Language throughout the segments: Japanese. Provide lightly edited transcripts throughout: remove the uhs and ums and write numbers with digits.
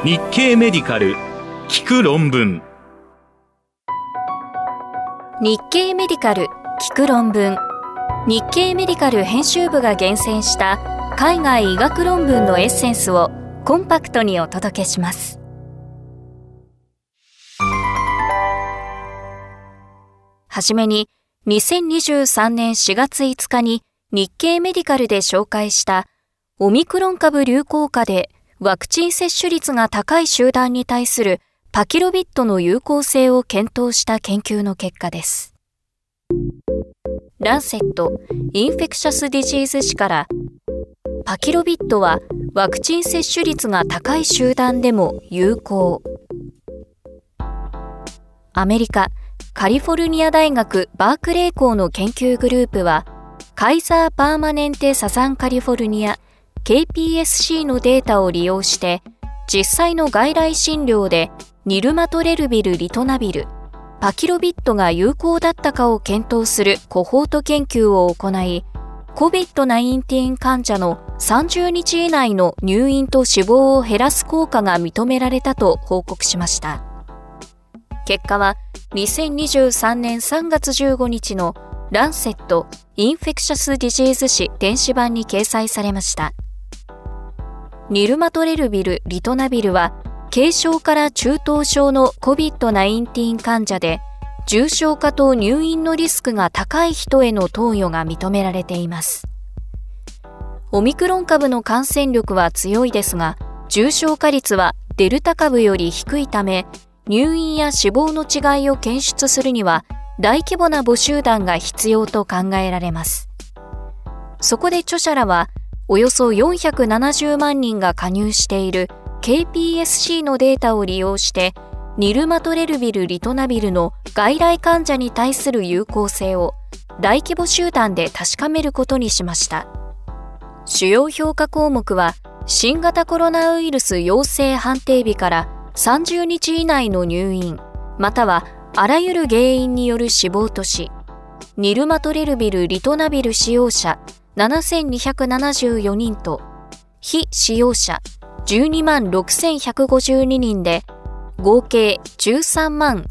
日経メディカル聞く論文。 日経メディカル聞く論文。日経メディカル編集部が厳選した海外医学論文のエッセンスをコンパクトにお届けします。はじめに、2023年4月5日に日経メディカルで紹介したオミクロン株流行下でワクチン接種率が高い集団に対するパキロビッドの有効性を検討した研究の結果です。ランセット・インフェクシャス・ディジーズ誌から、パキロビッドはワクチン接種率が高い集団でも有効。アメリカ・カリフォルニア大学バークレー校の研究グループは、カイザー・パーマネンテ・サザン・カリフォルニア KPSC のデータを利用して、実際の外来診療でニルマトレルビル・リトナビル、パキロビッドが有効だったかを検討するコホート研究を行い、COVID-19 患者の30日以内の入院と死亡を減らす効果が認められたと報告しました。結果は2023年3月15日のランセット・インフェクシャス・ディジーズ誌電子版に掲載されました。ニルマトレルビル・リトナビルは軽症から中等症の COVID-19 患者で重症化と入院のリスクが高い人への投与が認められています。オミクロン株の感染力は強いですが、重症化率はデルタ株より低いため、入院や死亡の違いを検出するには大規模な母集団が必要と考えられます。そこで著者らは、およそ470万人が加入している KPSC のデータを利用して、ニルマトレルビル・リトナビルの外来患者に対する有効性を大規模集団で確かめることにしました。主要評価項目は、新型コロナウイルス陽性判定日から30日以内の入院、またはあらゆる原因による死亡とし、ニルマトレルビル・リトナビル使用者7274人と非使用者12万6152人で合計13万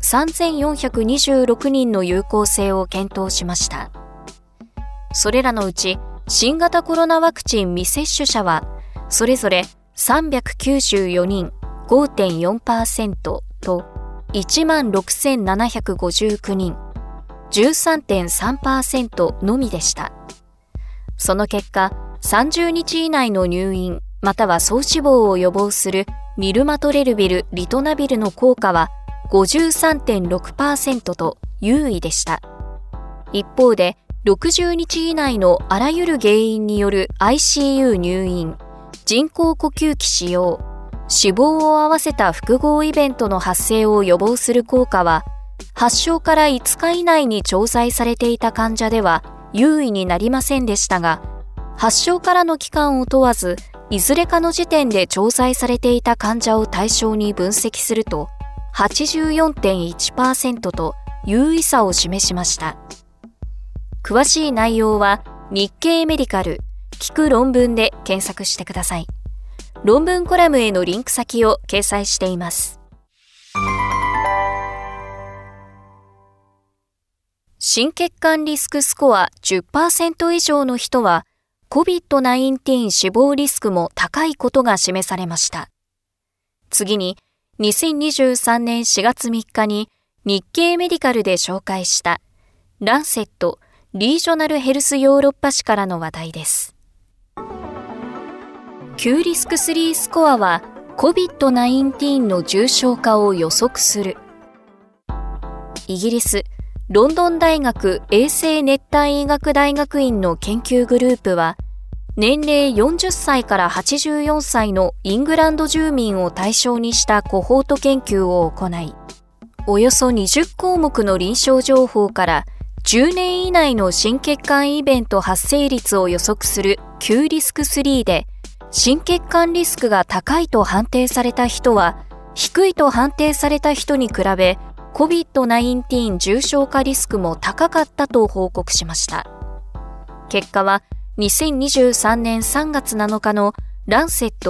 3426人の有効性を検討しました。それらのうち新型コロナワクチン未接種者はそれぞれ394人 5.4% と1万6759人 13.3% のみでした。その結果、30日以内の入院または総死亡を予防するニルマトレルビル・リトナビルの効果は 53.6% と優位でした。一方で、60日以内のあらゆる原因による ICU 入院、人工呼吸器使用、死亡を合わせた複合イベントの発生を予防する効果は、発症から5日以内に調剤されていた患者では優位になりませんでしたが、発症からの期間を問わず、いずれかの時点で調剤されていた患者を対象に分析すると、84.1% と優位さを示しました。詳しい内容は日経メディカル聞く論文で検索してください。論文コラムへのリンク先を掲載しています。心血管リスクスコア 10% 以上の人は COVID-19 死亡リスクも高いことが示されました。次に2023年4月3日に日経メディカルで紹介したランセット・リージョナルヘルスヨーロッパ誌からの話題です。Q リスク3スコアは COVID-19 の重症化を予測する。イギリスロンドン大学衛生熱帯医学大学院の研究グループは、年齢40歳から84歳のイングランド住民を対象にしたコホート研究を行い、およそ20項目の臨床情報から10年以内の心血管イベント発生率を予測する Q リスク3で、心血管リスクが高いと判定された人は、低いと判定された人に比べ、COVID-19 重症化リスクも高かったと報告しました。結果は2023年3月7日のランセット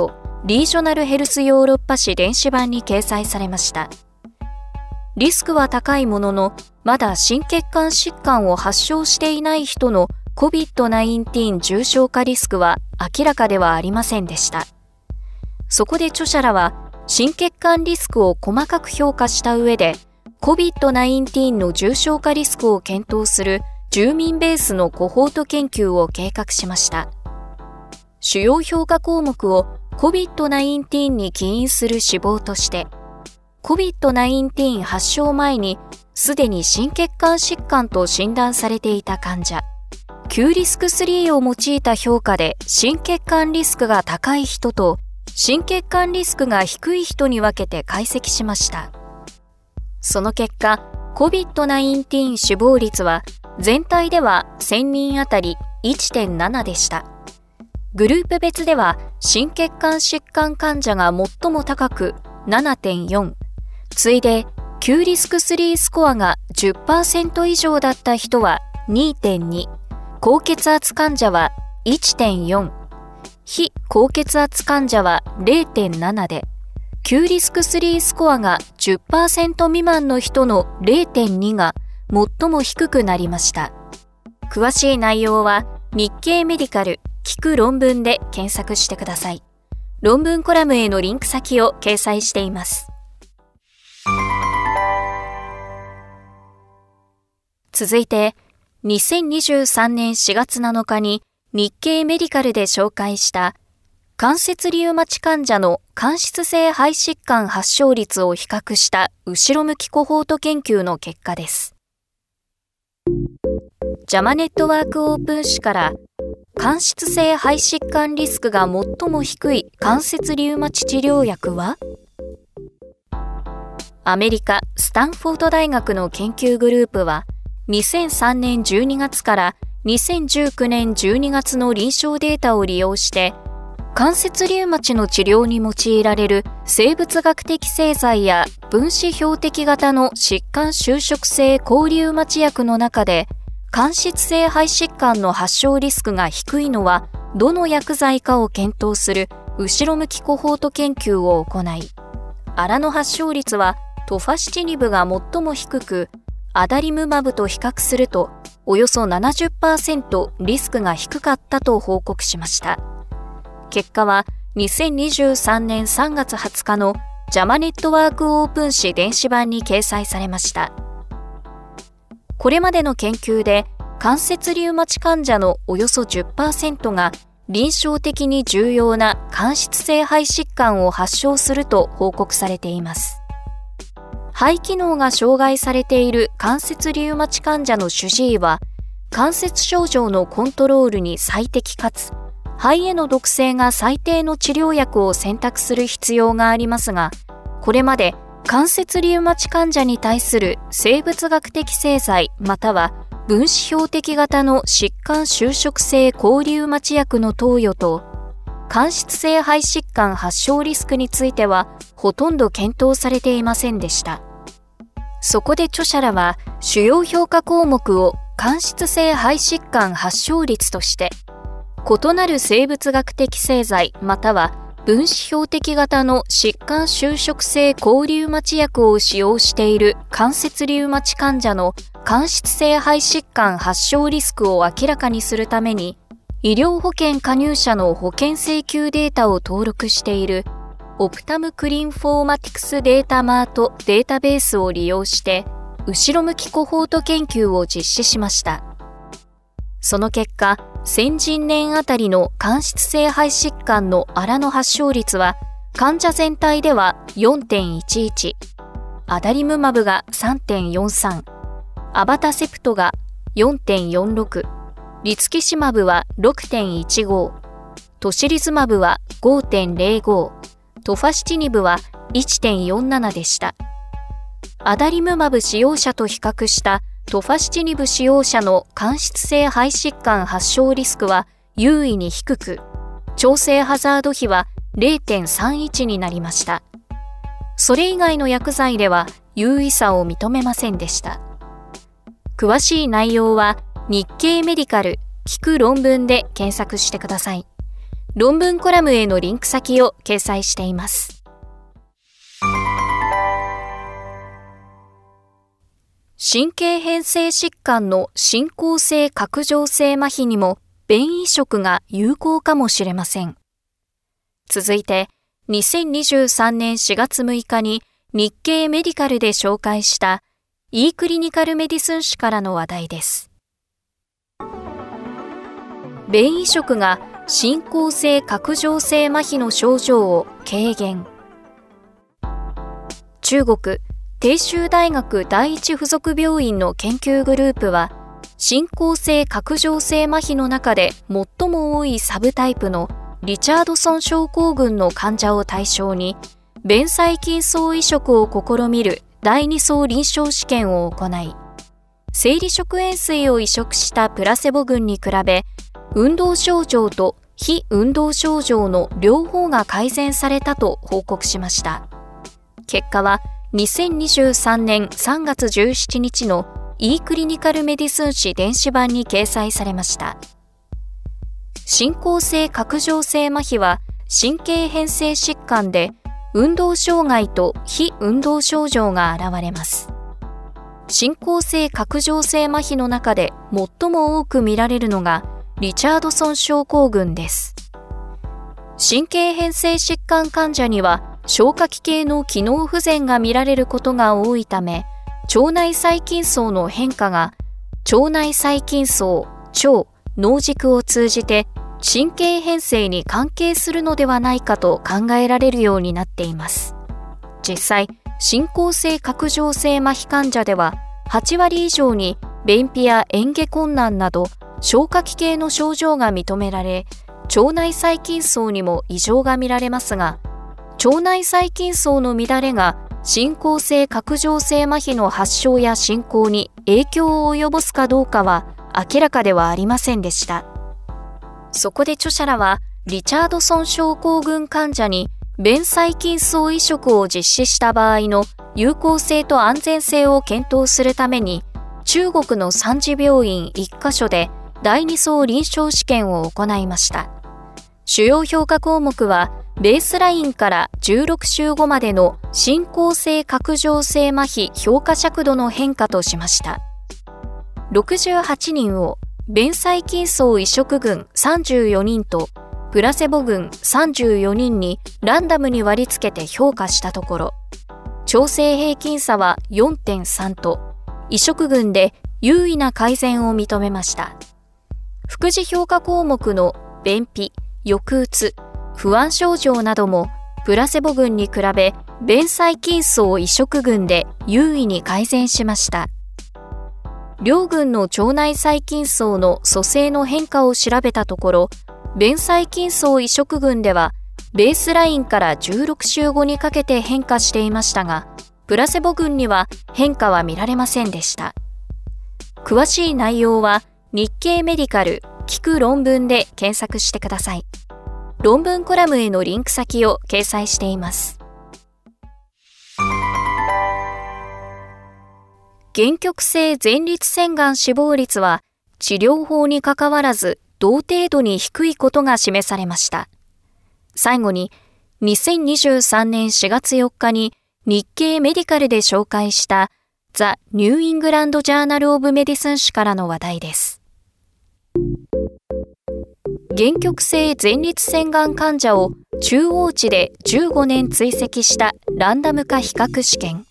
リージョナルヘルスヨーロッパ誌電子版に掲載されました。リスクは高いものの、まだ心血管疾患を発症していない人の COVID-19 重症化リスクは明らかではありませんでした。そこで著者らは、心血管リスクを細かく評価した上で、COVID-19 の重症化リスクを検討する住民ベースのコホート研究を計画しました。主要評価項目を COVID-19 に起因する死亡として、COVID-19 発症前にすでに心血管疾患と診断されていた患者、Qリスク3を用いた評価で心血管リスクが高い人と心血管リスクが低い人に分けて解析しました。その結果、COVID-19 死亡率は全体では1000人あたり 1.7 でした。グループ別では心血管疾患患者が最も高く 7.4、次いで Qリスク3スコアが 10% 以上だった人は 2.2、高血圧患者は 1.4、非高血圧患者は 0.7 で、Qリスク3スコアが 10% 未満の人の 0.2 が最も低くなりました。詳しい内容は日経メディカル聞く論文で検索してください。論文コラムへのリンク先を掲載しています。続いて、2023年4月7日に日経メディカルで紹介した関節リウマチ患者の間質性肺疾患発症率を比較した後ろ向きコホート研究の結果です。JAMAネットワークオープン誌から間質性肺疾患リスクが最も低い関節リウマチ治療薬は？アメリカ・スタンフォード大学の研究グループは2003年12月から2019年12月の臨床データを利用して関節リウマチの治療に用いられる生物学的製剤や分子標的型の疾患修飾性抗リウマチ薬の中で間質性肺疾患の発症リスクが低いのはどの薬剤かを検討する後ろ向きコホート研究を行い、アラの発症率はトファシチニブが最も低く、アダリムマブと比較するとおよそ 70% リスクが低かったと報告しました。結果は2023年3月20日の JAMA ネットワークオープン誌電子版に掲載されました。これまでの研究で関節リウマチ患者のおよそ 10% が臨床的に重要な間質性肺疾患を発症すると報告されています。肺機能が障害されている関節リウマチ患者の主治医は関節症状のコントロールに最適かつ肺への毒性が最低の治療薬を選択する必要がありますが、これまで関節リウマチ患者に対する生物学的製剤または分子標的型の疾患修飾性抗リウマチ薬の投与と間質性肺疾患発症リスクについてはほとんど検討されていませんでした。そこで著者らは主要評価項目を間質性肺疾患発症率として異なる生物学的製剤または分子標的型の疾患修飾性抗リウマチ薬を使用している関節リウマチ患者の間質性肺疾患発症リスクを明らかにするために医療保険加入者の保険請求データを登録しているオプタムクリンフォーマティクスデータマートデータベースを利用して後ろ向きコホート研究を実施しました。その結果、1000人年あたりの間質性肺疾患のアラの発症率は患者全体では 4.11、アダリムマブが 3.43、アバタセプトが 4.46、リツキシマブは 6.15、トシリズマブは 5.05、トファシチニブは 1.47 でした。アダリムマブ使用者と比較したトファシチニブ使用者の間質性肺疾患発症リスクは優位に低く、調整ハザード比は 0.31 になりました。それ以外の薬剤では優位さを認めませんでした。詳しい内容は日経メディカル聞く論文で検索してください。 論文コラムへのリンク先を掲載しています。神経変性疾患の進行性拡張性麻痺にも便移植が有効かもしれません。続いて、2023年4月6日に日経メディカルで紹介したEクリニカルメディスン誌からの話題です。便移植が進行性拡張性麻痺の症状を軽減。中国鄭州大学第一附属病院の研究グループは、進行性拡張性麻痺の中で最も多いサブタイプのリチャードソン症候群の患者を対象に、便細菌層移植を試みる第2相臨床試験を行い、生理食塩水を移植したプラセボ群に比べ、運動症状と非運動症状の両方が改善されたと報告しました。結果は2023年3月17日の E クリニカルメディスン誌電子版に掲載されました。進行性拡張性麻痺は神経変性疾患で、運動障害と非運動症状が現れます。進行性拡張性麻痺の中で最も多く見られるのがリチャードソン症候群です。神経変性疾患患者には消化器系の機能不全が見られることが多いため、腸内細菌層の変化が腸内細菌層、腸、脳軸を通じて神経変性に関係するのではないかと考えられるようになっています。実際、進行性拡張性麻痺患者では8割以上に便秘や嚥下困難など消化器系の症状が認められ、腸内細菌層にも異常が見られますが、腸内細菌層の乱れが進行性拡張性麻痺の発症や進行に影響を及ぼすかどうかは明らかではありませんでした。そこで著者らは、リチャードソン症候群患者に便細菌層移植を実施した場合の有効性と安全性を検討するために、中国の三次病院1カ所で第2相臨床試験を行いました。主要評価項目は、ベースラインから16週後までの進行性拡張性麻痺評価尺度の変化としました。68人を便細菌層移植群34人とプラセボ群34人にランダムに割り付けて評価したところ、調整平均差は 4.3 と移植群で優位な改善を認めました。副次評価項目の便秘、抑うつ、不安症状などもプラセボ群に比べ便細菌層移植群で優位に改善しました。両群の腸内細菌層の組成の変化を調べたところ、便細菌層移植群ではベースラインから16週後にかけて変化していましたが、プラセボ群には変化は見られませんでした。詳しい内容は日経メディカル聞く論文で検索してください。論文コラムへのリンク先を掲載しています。限局性前立腺がん死亡率は治療法にかかわらず同程度に低いことが示されました。最後に2023年4月4日に日経メディカルで紹介したザ・ニューイングランド・ジャーナル・オブ・メディスン誌からの話題です。限局性前立腺がん患者を中央値で15年追跡したランダム化比較試験。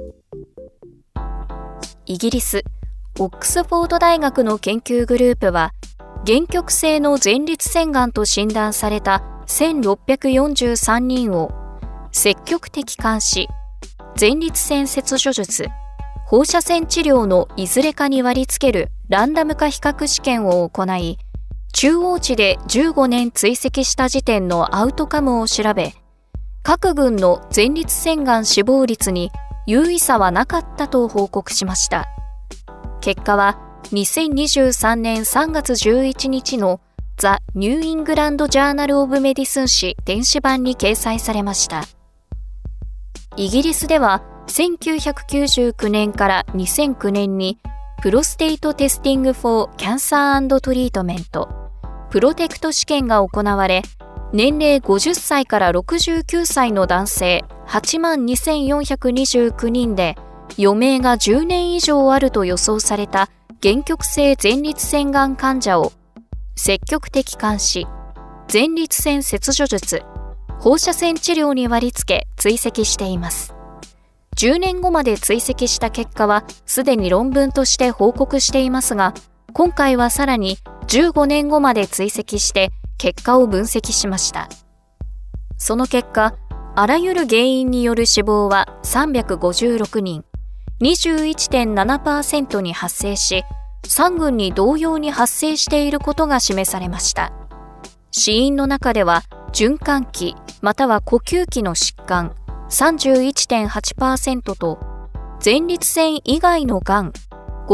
イギリス、オックスフォード大学の研究グループは、限局性の前立腺がんと診断された1643人を積極的監視、前立腺切除術、放射線治療のいずれかに割り付けるランダム化比較試験を行い、中央値で15年追跡した時点のアウトカムを調べ、各群の前立腺がん死亡率に優位差はなかったと報告しました。結果は2023年3月11日のザ・ニューイングランド・ジャーナル・オブ・メディスン誌電子版に掲載されました。イギリスでは1999年から2009年にプロステイトテスティング・フォー・キャンサー・アンド・トリートメントプロテクト試験が行われ、 年齢50歳から69歳の男性82,429人で、余命が10年以上あると予想された限局性前立腺がん患者を積極的監視、前立腺切除術、放射線治療に割り付け追跡しています。10年後まで追跡した結果はすでに論文として報告していますが、今回はさらに15年後まで追跡して結果を分析しました。その結果、あらゆる原因による死亡は356人、21.7% に発生し、3群に同様に発生していることが示されました。死因の中では、循環器または呼吸器の疾患 31.8% と、前立腺以外のがん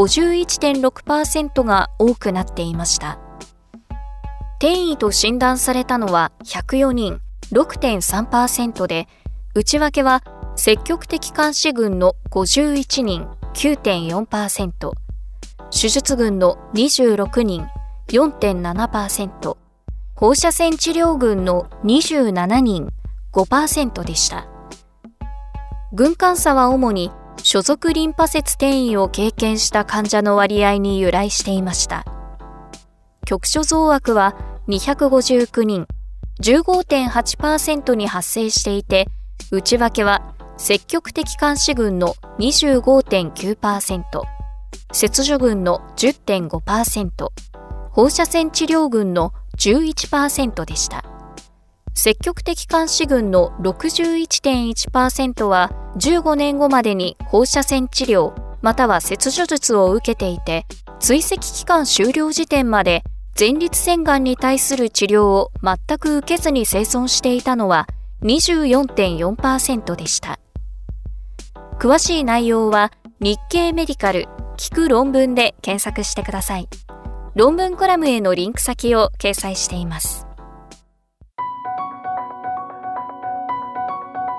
51.6% が多くなっていました。転移と診断されたのは104人 6.3% で、内訳は積極的監視群の51人 9.4%、手術群の26人 4.7%、放射線治療群の27人 5% でした。群間差は主に所属リンパ節転移を経験した患者の割合に由来していました。局所増悪は259人 15.8% に発生していて、内訳は積極的監視群の 25.9%、切除群の 10.5%、放射線治療群の 11% でした。積極的監視群の 61.1% は15年後までに放射線治療または切除術を受けていて、追跡期間終了時点まで前立腺がんに対する治療を全く受けずに生存していたのは 24.4% でした。詳しい内容は日経メディカル聞く論文で検索してください。論文コラムへのリンク先を掲載しています。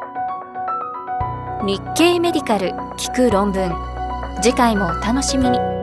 日経メディカル聞く論文。次回もお楽しみに。